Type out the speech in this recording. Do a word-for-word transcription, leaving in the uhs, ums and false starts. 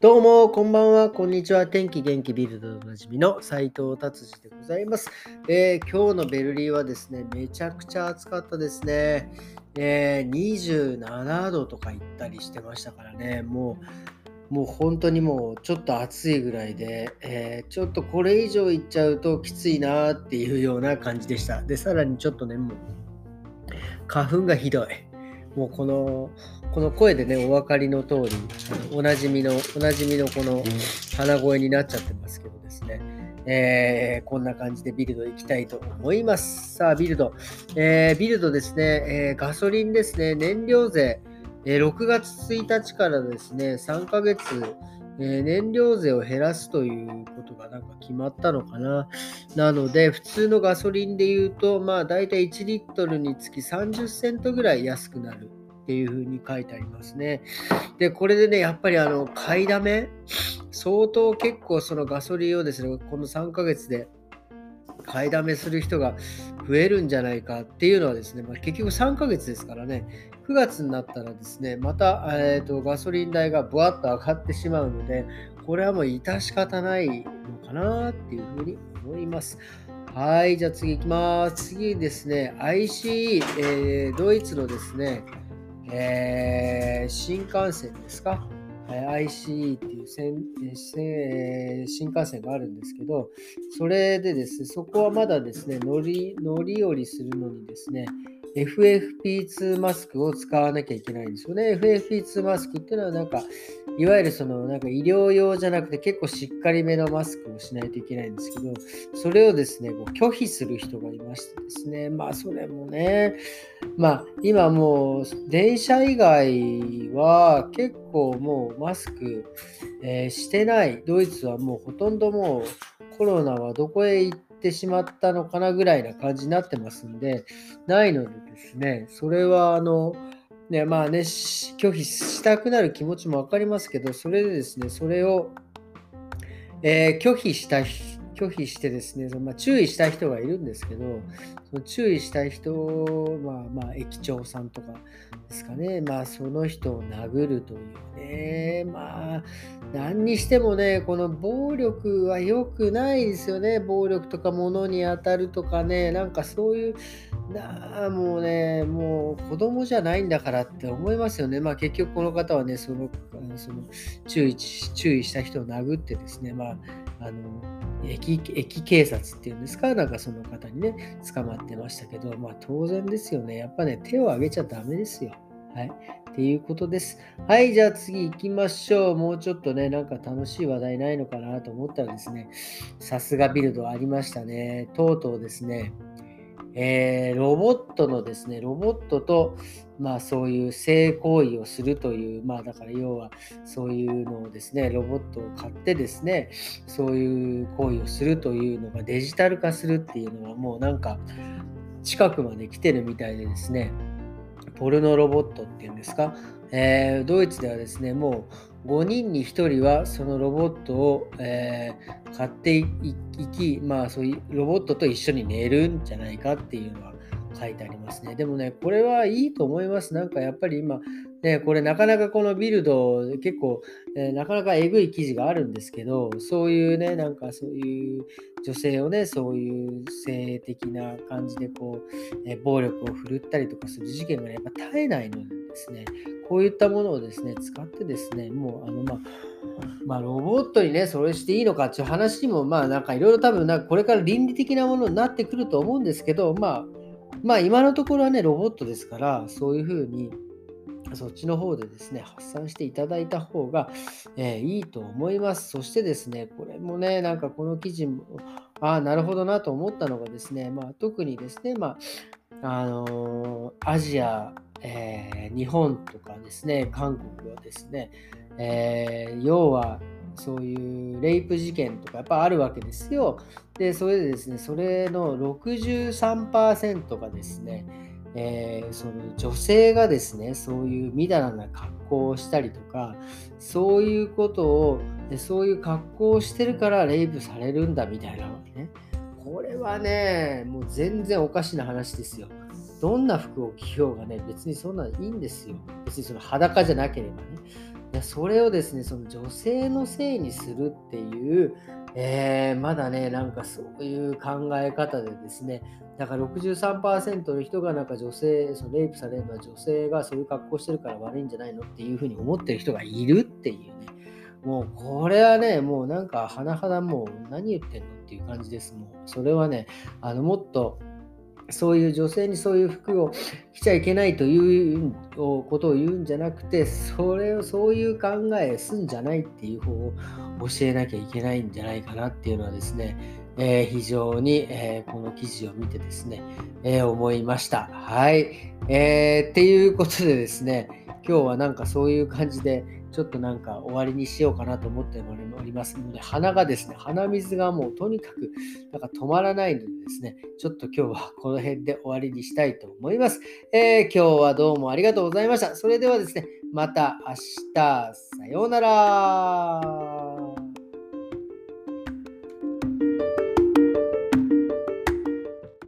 どうも、こんばんは、こんにちは。天気元気ビルドでおなじみの斉藤達治でございます。えー今日のベルリンはですね、めちゃくちゃ暑かったですね。えーにじゅうななどとか行ったりしてましたからね、もう、もう本当にもうちょっと暑いぐらいで、えーちょっとこれ以上行っちゃうときついなーっていうような感じでした。で、さらにちょっとね、もう花粉がひどい。もうこの、この声でね、お分かりの通り、あのおなじみの、おなじみのこの鼻声になっちゃってますけどですね、えーこんな感じでビルド行きたいと思います。さあ、ビルド。えービルドですね、えーガソリンですね、燃料税、えーろくがつついたちからですね、さんかげつ、えー燃料税を減らすということがなんか決まったのかな。なので、普通のガソリンで言うと、まあ、だいたいいちリットルにつきさんじゅっセントぐらい安くなるっていうふうに書いてありますね。で、これでね、やっぱりあの、買いだめ、相当結構そのガソリンをですね、このさんかげつで買いだめする人が増えるんじゃないかっていうのはですね、まあ、結局さんかげつですからね、くがつになったらですね、また、えーとガソリン代がぶわっと上がってしまうので、これはもう致し方ないのかなっていうふうに思います。はい、じゃあ次行きます。次ですね、アイシーイー、えードイツのですね、えー新幹線ですか、えー アイシーイー っていう線えー線えー新幹線があるんですけど、それでですね、そこはまだですね、乗り乗り降りするのにですね、エフエフピーツー マスクを使わなきゃいけないんですよね。エフエフピーツー マスクっていうのはなんか、いわゆるそのなんか医療用じゃなくて結構しっかりめのマスクをしないといけないんですけど、それをですね、こう拒否する人がいましてですね、まあそれもね、まあ今もう電車以外は結構もうマスク、えーしてない。ドイツはもうほとんどもうコロナはどこへ行ってしまったのかなぐらいな感じになってますんで、ないのでですね、それはあの、ね、まあね、し拒否したくなる気持ちもわかりますけど、それでですね、それをえー拒否したひ拒否してですね、そのまあ、注意した人がいるんですけど、その注意した人、まあまあ、駅長さんとかですかね、まあ、その人を殴るというね、まあ、何にしてもね、この暴力は良くないですよね。暴力とか物に当たるとかね、なんかそういう、なあ、もうね、もう子供じゃないんだからって思いますよね。まあ結局この方はね、その、あのその注意し注意した人を殴ってですね、まあ、あの、駅駅警察っていうんですか、なんかその方にね、捕まってましたけど、まあ当然ですよね。やっぱね、手を挙げちゃダメですよ。はい。っていうことです。はい、じゃあ次行きましょう。もうちょっとね、なんか楽しい話題ないのかなと思ったらですね、さすがビルドありましたね。とうとうですね、えーロボットのですね、ロボットと、まあそういう性行為をするという、まあだから要はそういうのをですね、ロボットを買ってですね、そういう行為をするというのがデジタル化するっていうのはもうなんか近くまで来てるみたいでですね、ポルノロボットっていうんですか、えードイツではですね、もうごにんにひとりはそのロボットを、えー買っていき、まあそういうロボットと一緒に寝るんじゃないかっていうのは書いてありますね。でもね、これはいいと思います。なんかやっぱり今、ね、これなかなかこのビルド結構、えーなかなかえぐい記事があるんですけど、そういうね、なんかそういう女性をね、そういう性的な感じでこう、えー暴力を振るったりとかする事件がね、やっぱ絶えないのでですね、こういったものをですね、使ってですね、もうあの、まあ、まあ、ロボットにね、それしていいのかっていう話にも、まあ、なんかいろいろ多分、なんかこれから倫理的なものになってくると思うんですけど、まあ、まあ、今のところはね、ロボットですから、そういうふうに、そっちの方でですね、発散していただいた方が、えーいいと思います。そしてですね、これもね、なんかこの記事も、ああ、なるほどなと思ったのがですね、まあ、特にですね、まあ、あのーアジア、えー日本とかですね、韓国はですね、えー要はそういうレイプ事件とかやっぱあるわけですよ。で、それでですね、それのろくじゅうさんパーセントがですね、えーその女性がですね、そういうみだらな格好をしたりとか、そういうことを、でそういう格好をしてるからレイプされるんだみたいなね。これはね、もう全然おかしな話ですよ。どんな服を着ようがね、別にそんなのいいんですよ。別にその裸じゃなければね。 で、それをですね、その女性のせいにするっていう、えーまだね、なんかそういう考え方でですね、だからろくじゅうさんパーセントの人がなんか女性、そのレイプされるのは女性がそういう格好してるから悪いんじゃないのっていうふうに思ってる人がいるっていうね。もうこれはね、もうなんか甚だもう何言ってんのっていう感じです。もうそれはね、あのもっとそういう女性にそういう服を着ちゃいけないということを言うんじゃなくて、それをそういう考えすんじゃないっていう方を教えなきゃいけないんじゃないかなっていうのはですね、えー非常に、えーこの記事を見てですね、えー思いました。はい。えーっていうことでですね、今日はなんかそういう感じで、ちょっとなんか終わりにしようかなと思っておりますので、鼻がですね、鼻水がもうとにかくなんか止まらないのでですね、ちょっと今日はこの辺で終わりにしたいと思います。えー今日はどうもありがとうございました。それではですね、また明日、さようなら。